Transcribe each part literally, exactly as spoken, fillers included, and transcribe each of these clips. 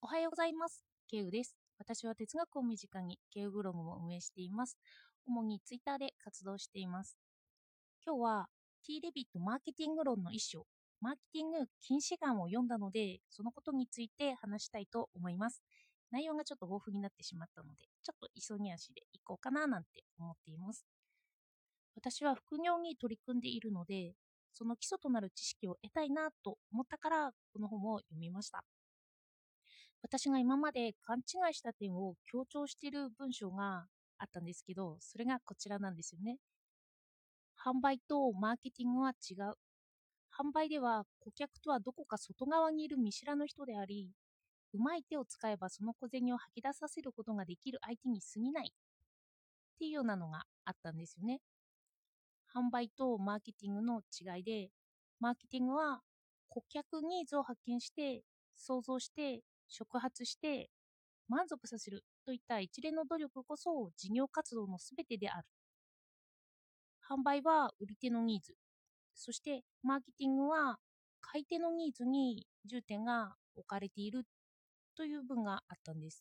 おはようございます。ケウです。私は哲学を身近にケウブログも運営しています。主にツイッターで活動しています。今日は T レビットマーケティング論の一章、マーケティング禁止眼を読んだので、そのことについて話したいと思います。内容がちょっと豊富になってしまったので、ちょっと急ぎ足でいこうかななんて思っています。私は副業に取り組んでいるので、その基礎となる知識を得たいなと思ったから、この本を読みました。私が今まで勘違いした点を強調している文章があったんですけど、それがこちらなんですよね。販売とマーケティングは違う。販売では顧客とはどこか外側にいる見知らぬ人であり、うまい手を使えばその小銭を吐き出させることができる相手に過ぎないっていうようなのがあったんですよね。販売とマーケティングの違いで、マーケティングは顧客ニーズを発見して、想像して、触発して満足させるといった一連の努力こそ事業活動のすべてである。販売は売り手のニーズ、そしてマーケティングは買い手のニーズに重点が置かれているという文があったんです。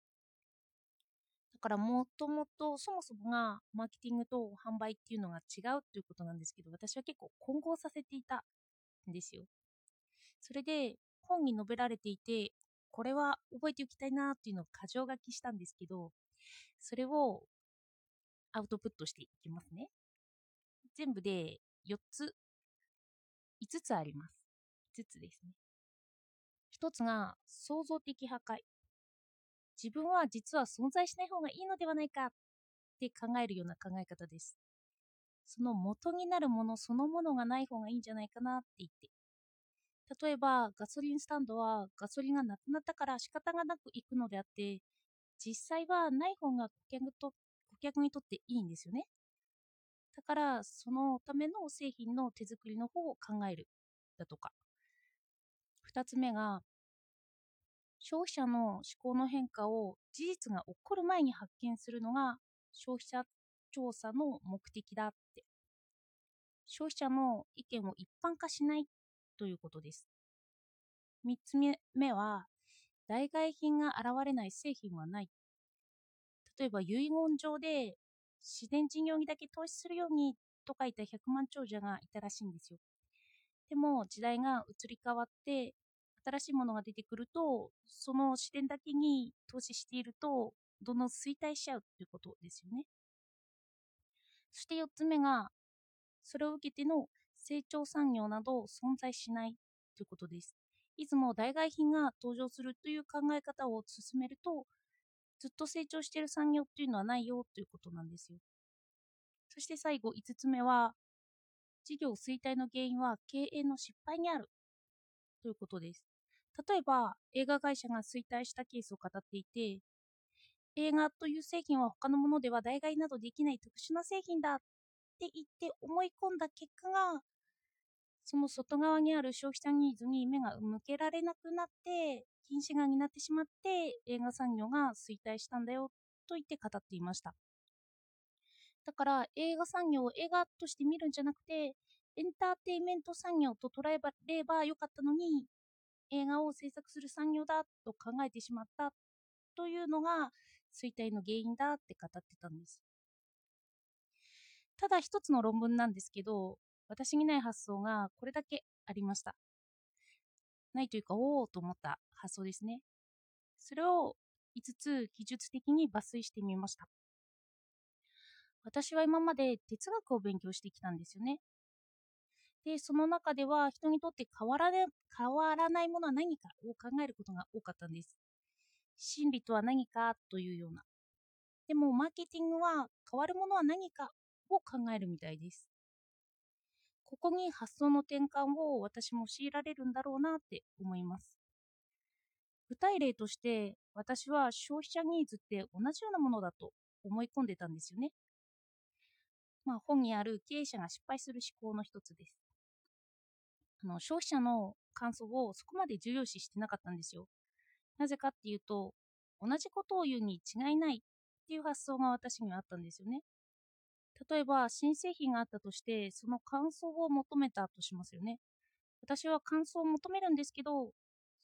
だからもともとそもそもがマーケティングと販売っていうのが違うということなんですけど、私は結構混合させていたんですよ。それで本に述べられていて、これは覚えておきたいなっていうのを箇条書きしたんですけど、それをアウトプットしていきますね。全部でよっつ、いつつあります。いつつですね。ひとつが創造的破壊。自分は実は存在しない方がいいのではないかって考えるような考え方です。その元になるものそのものがない方がいいんじゃないかなって言って。例えばガソリンスタンドはガソリンがなくなったから仕方がなく行くのであって、実際はない方が顧客と顧客にとっていいんですよね。だからそのための製品の手作りの方を考えるだとか。ふたつめが消費者の思考の変化を事実が起こる前に発見するのが消費者調査の目的だって。消費者の意見を一般化しないということです。みっつめは代替品が現れない製品はない。例えば遺言状で自然事業にだけ投資するようにと書いたひゃくまん長者がいたらしいんですよ。でも時代が移り変わって新しいものが出てくると、その視点だけに投資しているとどんどん衰退しちゃうということですよね。そしてよっつめがそれを受けての成長産業など存在しないということです。いつも代替品が登場するという考え方を進めると、ずっと成長している産業っていうのはないよということなんですよ。そして最後いつつめは、事業衰退の原因は経営の失敗にあるということです。例えば映画会社が衰退したケースを語っていて、映画という製品は他のものでは代替などできない特殊な製品だって言って思い込んだ結果が、その外側にある消費者ニーズに目が向けられなくなって近視眼になってしまって映画産業が衰退したんだよと言って語っていました。だから映画産業を映画として見るんじゃなくてエンターテインメント産業と捉えればよかったのに、映画を制作する産業だと考えてしまったというのが衰退の原因だって語ってたんです。ただ一つの論文なんですけど、私にない発想がこれだけありました。ないというか、おおと思った発想ですね。それをいつつ技術的に抜粋してみました。私は今まで哲学を勉強してきたんですよね。で、その中では人にとって変わらない変わらないものは何かを考えることが多かったんです。真理とは何かというような。でもマーケティングは変わるものは何かを考えるみたいです。ここに発想の転換を私も強いられるんだろうなって思います。具体例として私は消費者ニーズって同じようなものだと思い込んでたんですよね。まあ本にある経営者が失敗する思考の一つです。あの消費者の感想をそこまで重要視してなかったんですよ。なぜかっていうと、同じことを言うに違いないっていう発想が私にはあったんですよね。例えば新製品があったとしてその感想を求めたとしますよね。私は感想を求めるんですけど、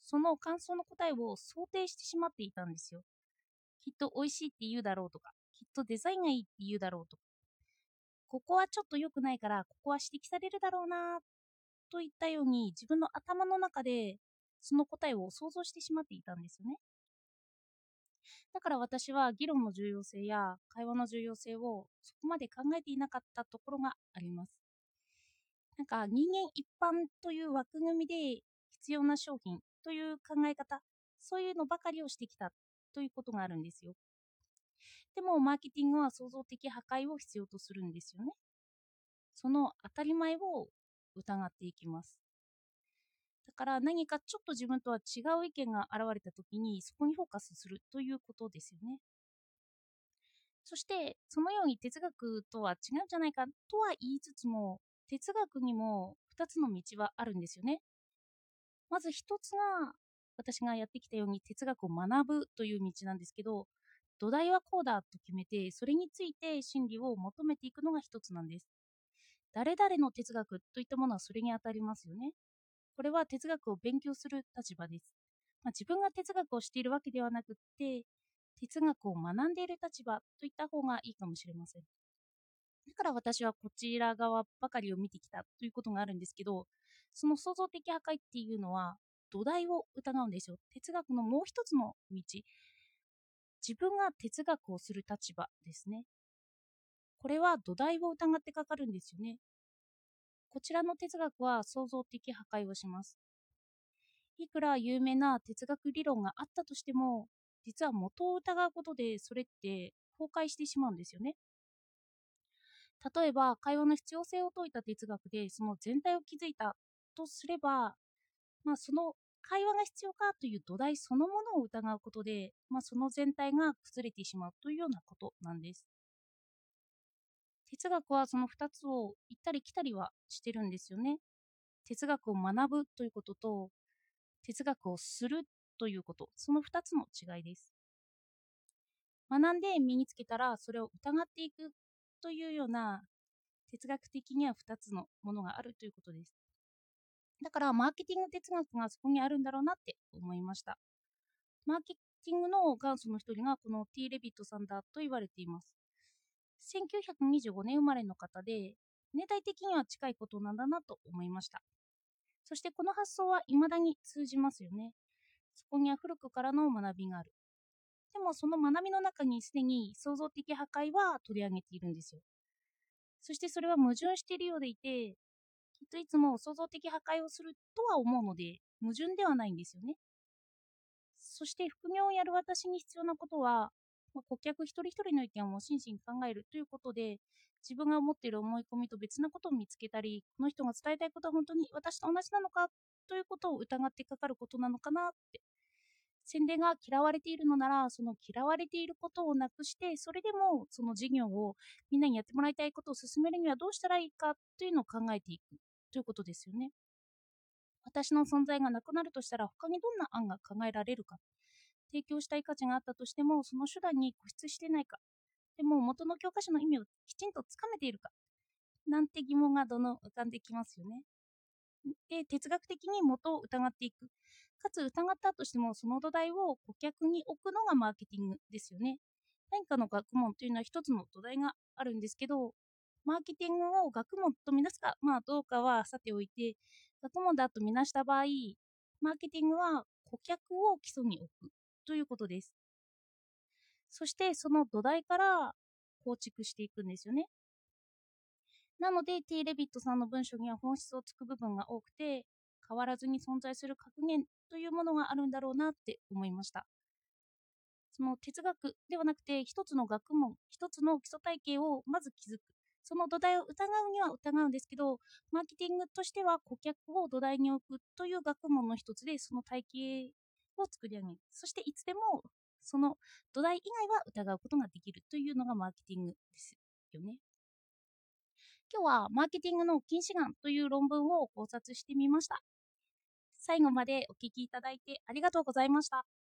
その感想の答えを想定してしまっていたんですよ。きっと美味しいって言うだろうとか、きっとデザインがいいって言うだろうとか、ここはちょっと良くないから、ここは指摘されるだろうなといったように自分の頭の中でその答えを想像してしまっていたんですよね。だから私は議論の重要性や会話の重要性をそこまで考えていなかったところがあります。なんか人間一般という枠組みで必要な商品という考え方、そういうのばかりをしてきたということがあるんですよ。でもマーケティングは創造的破壊を必要とするんですよね。その当たり前を疑っていきます。だから何かちょっと自分とは違う意見が現れた時にそこにフォーカスするということですよね。そしてそのように哲学とは違うんじゃないかとは言いつつも、哲学にもふたつの道はあるんですよね。まずひとつが私がやってきたように哲学を学ぶという道なんですけど、土台はこうだと決めてそれについて真理を求めていくのがひとつなんです。誰々の哲学といったものはそれにあたりますよね。これは哲学を勉強する立場です。まあ、自分が哲学をしているわけではなくって、哲学を学んでいる立場といった方がいいかもしれません。だから私はこちら側ばかりを見てきたということがあるんですけど、その創造的破壊っていうのは土台を疑うんですよ。哲学のもう一つの道。自分が哲学をする立場ですね。これは土台を疑ってかかるんですよね。こちらの哲学は創造的破壊をします。いくら有名な哲学理論があったとしても、実は元を疑うことでそれって崩壊してしまうんですよね。例えば、会話の必要性を説いた哲学でその全体を築いたとすれば、まあ、その会話が必要かという土台そのものを疑うことで、まあ、その全体が崩れてしまうというようなことなんです。哲学はそのふたつを行ったり来たりはしてるんですよね。哲学を学ぶということと、哲学をするということ、そのふたつの違いです。学んで身につけたらそれを疑っていくというような哲学的にはふたつのものがあるということです。だからマーケティング哲学がそこにあるんだろうなって思いました。マーケティングの元祖の一人がこの T. レビットさんだと言われています。せんきゅうひゃくにじゅうごねん生まれの方で、年代的には近いことなんだなと思いました。そしてこの発想は未だに通じますよね。そこには古くからの学びがある。でもその学びの中にすでに創造的破壊は取り上げているんですよ。そしてそれは矛盾しているようでいて、きっといつも創造的破壊をするとは思うので、矛盾ではないんですよね。そして副業をやる私に必要なことは、まあ、顧客一人一人の意見を真摯に考えるということで、自分が思っている思い込みと別なことを見つけたり、この人が伝えたいことは本当に私と同じなのかということを疑ってかかることなのかなって。宣伝が嫌われているのなら、その嫌われていることをなくして、それでもその事業をみんなにやってもらいたいことを進めるにはどうしたらいいかというのを考えていくということですよね。私の存在がなくなるとしたら他にどんな案が考えられるか。提供したい価値があったとしてもその手段に固執してないか。でも元の教科書の意味をきちんとつかめているか。なんて疑問がどの浮かんできますよね。で、哲学的に元を疑っていく。かつ疑ったとしてもその土台を顧客に置くのがマーケティングですよね。何かの学問というのは一つの土台があるんですけど、マーケティングを学問とみなすか、まあどうかはさておいて、学問だとみなした場合、マーケティングは顧客を基礎に置くということです。そしてその土台から構築していくんですよね。なので T. レビットさんの文章には本質をつく部分が多くて、変わらずに存在する格言というものがあるんだろうなって思いました。その哲学ではなくて一つの学問、一つの基礎体系をまず築く。その土台を疑うには疑うんですけど、マーケティングとしては顧客を土台に置くという学問の一つで、その体系を作り上げる。そしていつでもその土台以外は疑うことができるというのがマーケティングですよね。今日はマーケティングの近視眼という論文を考察してみました。最後までお聞きいただいてありがとうございました。